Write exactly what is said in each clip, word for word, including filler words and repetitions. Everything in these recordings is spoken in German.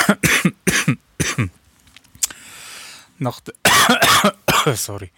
nach der sorry.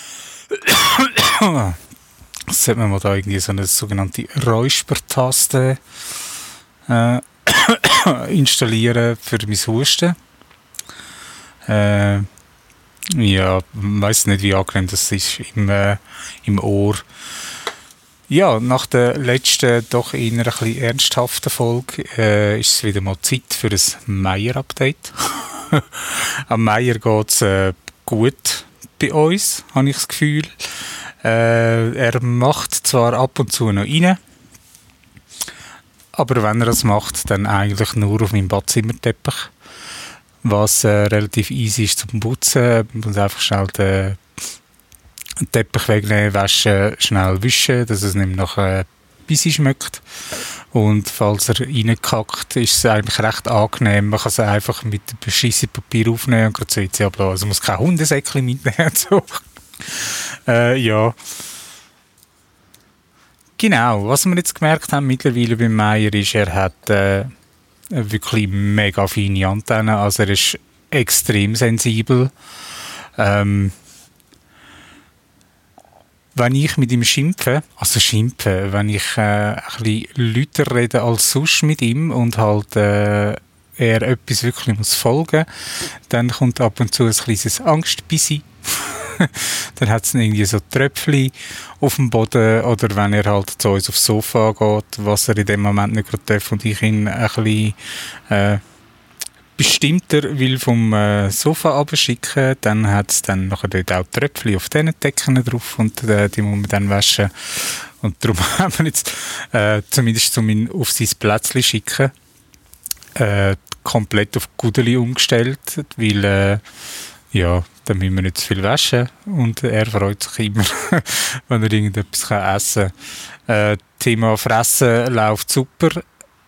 Sollte man mal da irgendwie so eine sogenannte Räuspertaste äh, installieren für mein Husten. Äh, ja, ich weiss nicht, wie angenehm das ist im, äh, im Ohr. Ja, nach der letzten, doch eher ein bisschen ernsthaften Folge äh, ist es wieder mal Zeit für ein Meier-Update. Am Meier geht es äh, gut bei uns, habe ich das Gefühl. Äh, er macht zwar ab und zu noch rein, aber wenn er das macht, dann eigentlich nur auf meinem Badzimmerteppich, was äh, relativ easy ist zum Putzen. Man muss einfach schnell den Teppich wegnehmen, waschen, schnell wischen, dass es nicht mehr nach äh, Bissi schmeckt. Und falls er reinkackt, ist es eigentlich recht angenehm. Man kann es einfach mit dem Beschissepapier aufnehmen und gerade das W C ablassen. Also man muss kein Hundesäckchen mitnehmen. So. äh, ja. Genau, was wir jetzt gemerkt haben mittlerweile beim Meier ist, er hat äh, wirklich mega feine Antennen. Also er ist extrem sensibel. Ähm, Wenn ich mit ihm schimpfe, also schimpfe, wenn ich äh, ein bisschen lauter rede als sonst mit ihm und halt äh, er etwas wirklich muss folgen, dann kommt ab und zu ein kleines Angstbissi. Dann hat es irgendwie so Tröpfchen auf dem Boden oder wenn er halt zu uns aufs Sofa geht, was er in dem Moment nicht gerade darf und ich ihn ein bisschen äh, bestimmter will vom äh, Sofa abschicken, dann hat es dann nachher dort auch Tröpfchen auf diesen Decken drauf und äh, die muss man dann waschen. Und darum haben wir jetzt äh, zumindest um ihn auf sein Plätzchen schicken äh, komplett auf Gudeli umgestellt, weil äh, ja, dann müssen wir nicht zu viel waschen und er freut sich immer, wenn er irgendetwas kann essen kann. Äh, Thema Fressen läuft super.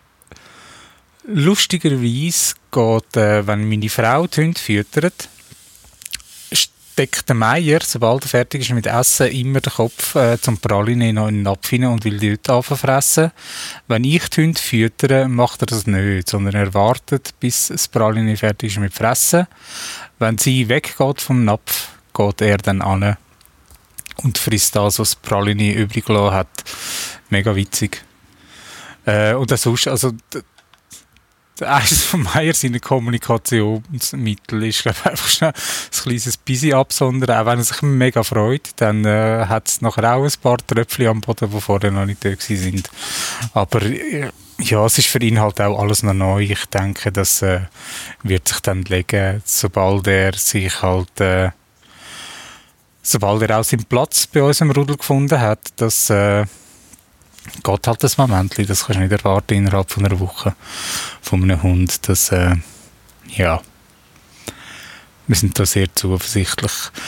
Lustigerweise geht, äh, wenn meine Frau die Hunde füttert, steckt der Meier, sobald er fertig ist mit Essen, immer den Kopf äh, zum Praline noch in den Napf hinein und will die dort fressen. Wenn ich die Hunde füttere, macht er das nicht, sondern er wartet, bis das Praline fertig ist mit Fressen. Wenn sie weggeht vom Napf, geht er dann an und frisst das, was das Praline übrig gelassen hat. Mega witzig. Äh, und das sonst, also eines von Meier seine Kommunikationsmittel ist, glaube ich, einfach schnell ein kleines Bissi absondern. Auch wenn er sich mega freut, dann äh, hat es nachher auch ein paar Tröpfchen am Boden, die vorher noch nicht da waren. Aber äh, ja, es ist für ihn halt auch alles noch neu. Ich denke, das äh, wird sich dann legen, sobald er sich halt äh, sobald er auch seinen Platz bei uns im Rudel gefunden hat, dass äh, geht halt das Momentchen, das kannst du nicht erwarten innerhalb von einer Woche von einem Hund. Das, äh, ja, wir sind da sehr zuversichtlich.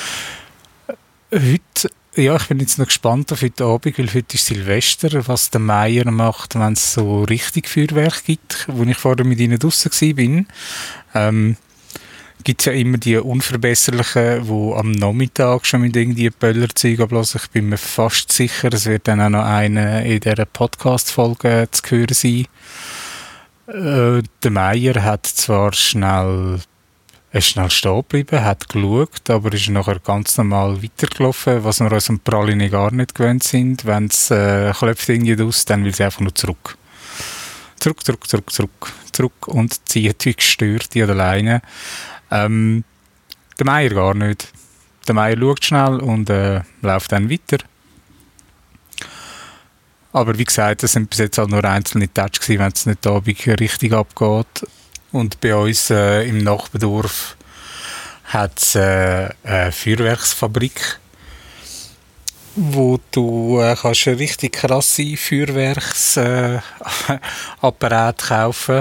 Heute, ja, ich bin jetzt noch gespannt auf heute Abend, weil heute ist Silvester, was der Meier macht, wenn es so richtig Feuerwerk gibt, wo ich vorher mit ihnen draussen war. Ähm, gibt es ja immer die Unverbesserlichen, die am Nachmittag schon mit irgendwie Böllerzeug ablassen. Ich bin mir fast sicher, es wird dann auch noch eine in dieser Podcast-Folge zu hören sein. Äh, der Meier hat zwar schnell, er ist schnell stehen geblieben, hat geschaut, aber ist nachher ganz normal weitergelaufen, was wir uns am Praline gar nicht gewöhnt sind. Wenn es äh, klopft irgendwie aus, dann will sie einfach nur zurück. Zurück, zurück, zurück, zurück, zurück und zieht wie gestört die alleine. Ähm, der Meier gar nicht. Der Meier schaut schnell und äh, läuft dann weiter. Aber wie gesagt, das sind bis jetzt halt nur einzelne Touch gewesen, wenn es nicht Abend richtig abgeht. Und bei uns äh, im Nachbardorf hat es äh, eine Feuerwerksfabrik, wo du äh, kannst eine richtig krasse Feuerwerksapparate äh, kaufen.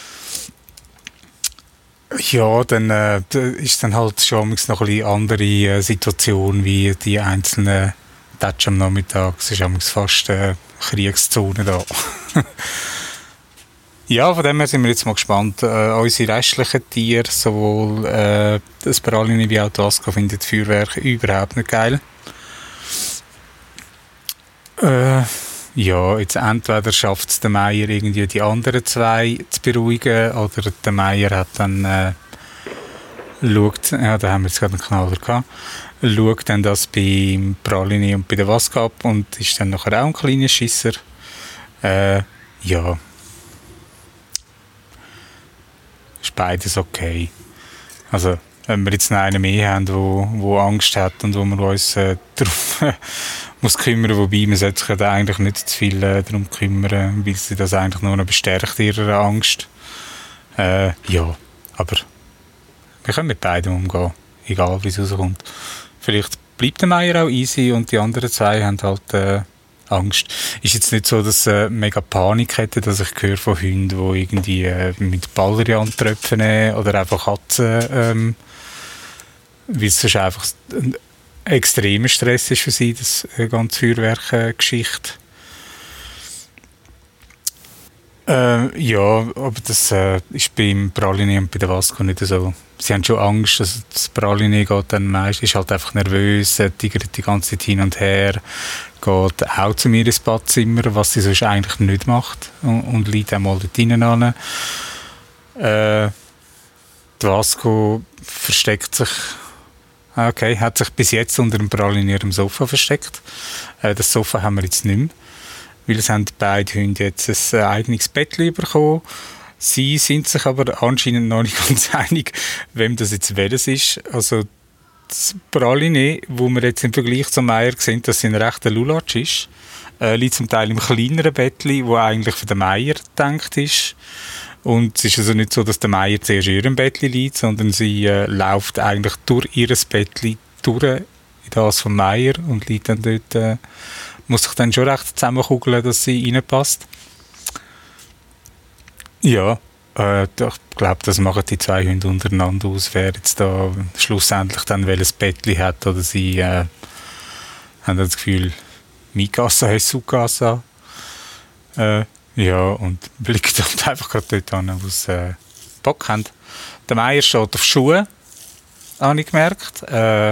Ja, dann äh, ist dann halt schon noch ein bisschen andere äh, Situation wie die einzelnen Touch am Nachmittag. Es ist fast eine Kriegszone da. Ja, von dem her sind wir jetzt mal gespannt. Äh, unsere restlichen Tiere, sowohl äh, das Praline wie auch das Aska, finden Feuerwerk überhaupt nicht geil. Äh, ja, jetzt entweder schafft es der Meier irgendwie die anderen zwei zu beruhigen oder der Meier hat dann äh, schaut, ja, da haben wir jetzt gerade einen Knaller gehabt, schaut dann das beim Praline und bei der Waske ab und ist dann nachher auch ein kleiner Schisser. Äh, ja. Ist beides okay. Also, wenn wir jetzt noch einen mehr haben, wo, wo Angst hat und wo wir uns äh, darum muss kümmern, wobei man sollte sich ja eigentlich nicht zu viel äh, darum kümmern, weil sie das eigentlich nur noch bestärkt, ihre Angst. Äh, ja, aber wir können mit beidem umgehen, egal wie es rauskommt. Vielleicht bleibt der Meier auch easy und die anderen zwei haben halt äh, Angst. Ist jetzt nicht so, dass sie äh, mega Panik hätten, dass ich höre von Hunden, die irgendwie äh, mit Baldrian-Tröpfen nehmen oder einfach Katzen, ähm, weil es sonst einfach ein extremer Stress ist für sie, das äh, ganze Feuerwerk-Geschichte. Äh, ja, aber das äh, ist beim Praline und bei der Vasco nicht so. Sie haben schon Angst, dass das Praline geht dann meist, ist halt einfach nervös, äh, tigert die ganze Zeit hin und her, geht auch zu mir ins Badzimmer, was sie sonst eigentlich nicht macht und, und liegt auch mal dort hinten an. Äh, die Vasco versteckt sich, okay, hat sich bis jetzt unter dem Praline ihrem Sofa versteckt. Äh, das Sofa haben wir jetzt nicht mehr, weil es haben beide Hunde jetzt ein eigenes Bettchen bekommen. Sie sind sich aber anscheinend noch nicht ganz einig, wem das jetzt welches ist. Also das Praline, wo wir jetzt im Vergleich zum Meier sehen, dass sie ein rechter Lulatsch ist, äh, liegt zum Teil im kleineren Bettchen, wo eigentlich für den Meier gedacht ist. Und es ist also nicht so, dass der Meier zuerst in ihrem Bettchen liegt, sondern sie äh, läuft eigentlich durch ihr Bettchen durch in das vom Meier und liegt dann dort, äh, muss sich dann schon recht zusammenkugeln, dass sie reinpasst. Ja, äh, ich glaube, das machen die zwei Hunde untereinander aus, wer jetzt da schlussendlich dann welches Bettchen hat oder sie äh, haben das Gefühl, Mikasa heißt Sukasa. Äh, ja, und blickt halt einfach gerade dort an, wo sie äh, Bock haben. Der Meier steht auf Schuhe, habe ich gemerkt. Äh,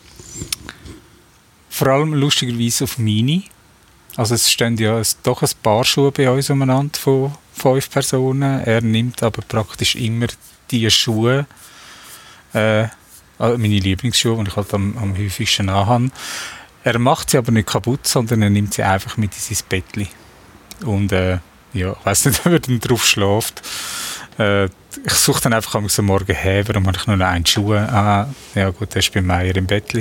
vor allem lustigerweise auf meine. Also es stehen ja doch ein paar Schuhe bei uns umeinander von fünf Personen. Er nimmt aber praktisch immer die Schuhe, äh, meine Lieblingsschuhe, die ich halt am, am häufigsten anhabe. Er macht sie aber nicht kaputt, sondern er nimmt sie einfach mit in sein Bettchen. Und äh, ja, ich weiss nicht, ob er dann drauf schläft. Äh, ich suche dann einfach am Morgen her, warum habe ich nur noch einen Schuh? Ah, ja gut, der ist bei Meier im Bettchen.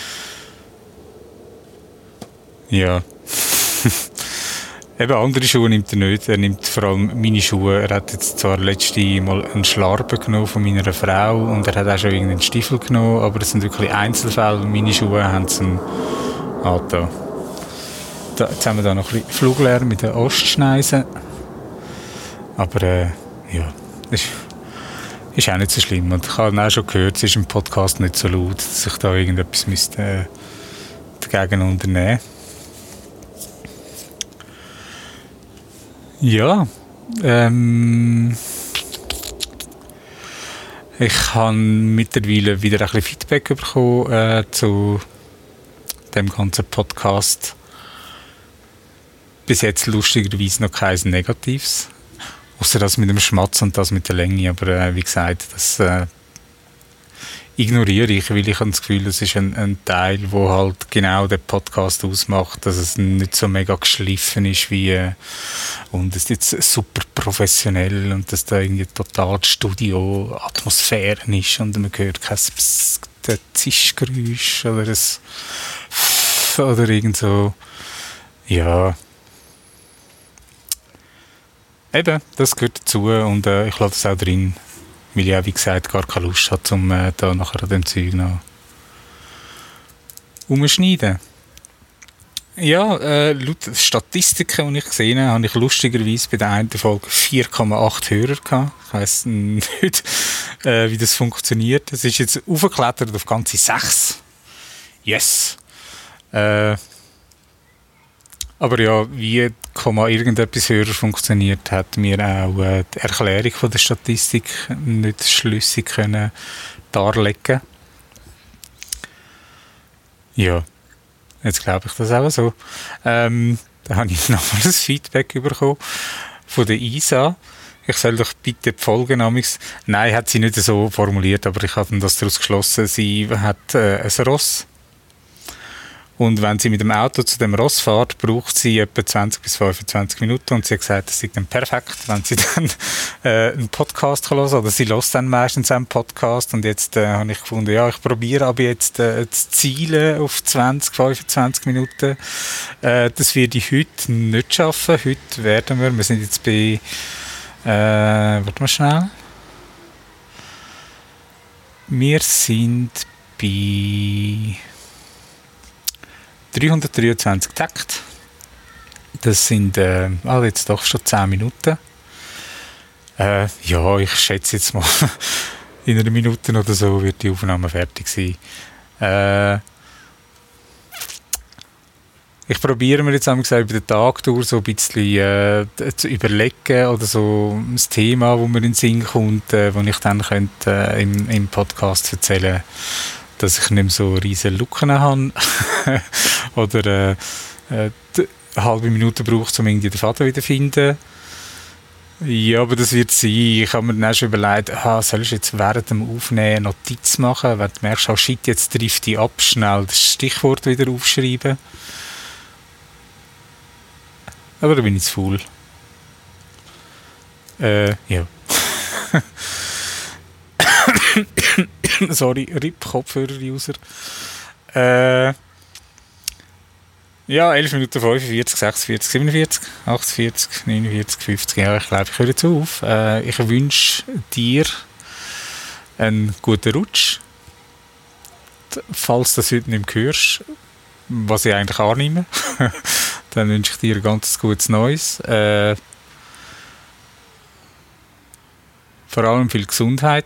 Ja. Eben andere Schuhe nimmt er nicht. Er nimmt vor allem meine Schuhe. Er hat jetzt zwar letzte Mal einen Schlarpen genommen von meiner Frau und er hat auch schon irgendeinen Stiefel genommen, aber es sind wirklich Einzelfälle. Meine Schuhe haben es angetan. Da, jetzt haben wir da noch ein bisschen Fluglärm mit den Ostschneisen. Aber äh, ja, ist, ist auch nicht so schlimm. Und ich habe auch schon gehört, es ist im Podcast nicht so laut, dass ich da irgendetwas müsste, äh, dagegen unternehmen. Ja, ähm, ich habe mittlerweile wieder ein bisschen Feedback bekommen äh, zu dem ganzen Podcast. Bis jetzt lustigerweise noch kein Negatives, außer das mit dem Schmatz und das mit der Länge, aber äh, wie gesagt, das äh, ignoriere ich, weil ich habe das Gefühl, das ist ein, ein Teil, wo halt genau den Podcast ausmacht, dass es nicht so mega geschliffen ist wie äh, und es ist jetzt super professionell und dass da irgendwie total Studio-Atmosphäre ist und man hört kein Psst, Zischgeräusch oder ein Pff oder irgend so. Ja. Eben, das gehört dazu und äh, ich lasse das auch drin. Weil ich auch, wie gesagt, gar keine Lust habe, um äh, da nachher an dem Zeug noch umschneiden. Ja, äh, laut Statistiken, die ich gesehen habe, habe ich lustigerweise bei der einen Folge vier Komma acht Hörer gehabt. Ich weiss nicht, äh, wie das funktioniert. Es ist jetzt aufgeklettert auf ganze sechs. Yes! Äh, aber ja, wie Komma irgendetwas höher funktioniert, hat mir auch äh, die Erklärung von der Statistik nicht schlüssig können darlegen. Ja, jetzt glaube ich das auch so. Ähm, Da habe ich nochmal ein Feedback bekommen von der Isa. Ich soll doch bitte die Folgen amigs... Nein, hat sie nicht so formuliert, aber ich habe dann das daraus geschlossen. Sie hat äh, ein Ross. Und wenn sie mit dem Auto zu dem Ross fährt, braucht sie etwa zwanzig bis fünfundzwanzig Minuten. Und sie hat gesagt, das ist dann perfekt, wenn sie dann äh, einen Podcast hören kann. Oder sie hört dann meistens einen Podcast. Und jetzt äh, habe ich gefunden, ja, ich probiere aber jetzt äh, zu zielen auf zwanzig, fünfundzwanzig Minuten. Äh, das werde ich heute nicht schaffen. Heute werden wir, wir sind jetzt bei... Äh, warte mal schnell. Wir sind bei dreihundertdreiundzwanzig Takte. Das sind äh, also jetzt doch schon zehn Minuten. Äh, ja, ich schätze jetzt mal, in einer Minute oder so wird die Aufnahme fertig sein. Äh, Ich probiere mir jetzt einmal gesagt, über den Tag durch so ein bisschen äh, zu überlegen oder so ein Thema, wo mir in den Sinn kommt, äh, wo ich dann könnte, äh, im, im Podcast erzählen, dass ich nicht mehr so riesige Lücken habe oder äh, äh, eine halbe Minute brauche, um irgendwie den Faden wieder zu finden. Ja, aber das wird sein. Ich habe mir dann auch schon überlegt, aha, soll ich jetzt während dem Aufnehmen Notiz machen, weil du merkst, oh shit, jetzt trifft die ab, schnell das Stichwort wieder aufschreiben. Aber da bin ich zu faul. Äh, ja. Sorry, R I P Kopfhörer-User. Äh, ja, elf Minuten fünfundvierzig, sechsundvierzig, siebenundvierzig, achtundvierzig, neunundvierzig, fünfzig. Ja, ich glaube, ich höre jetzt auf. Äh, ich wünsche dir einen guten Rutsch. Falls du das heute nicht mehr hörst, was ich eigentlich annehme, dann wünsche ich dir ein ganz gutes Neues. Äh, vor allem viel Gesundheit.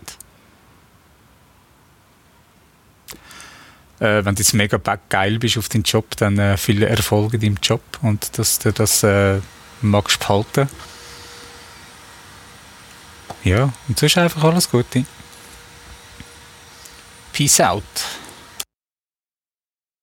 Äh, wenn du jetzt mega geil bist auf deinen Job, dann äh, viel Erfolg in deinem Job und dass du das äh, magst behalten. Ja, und sonst einfach alles Gute. Peace out.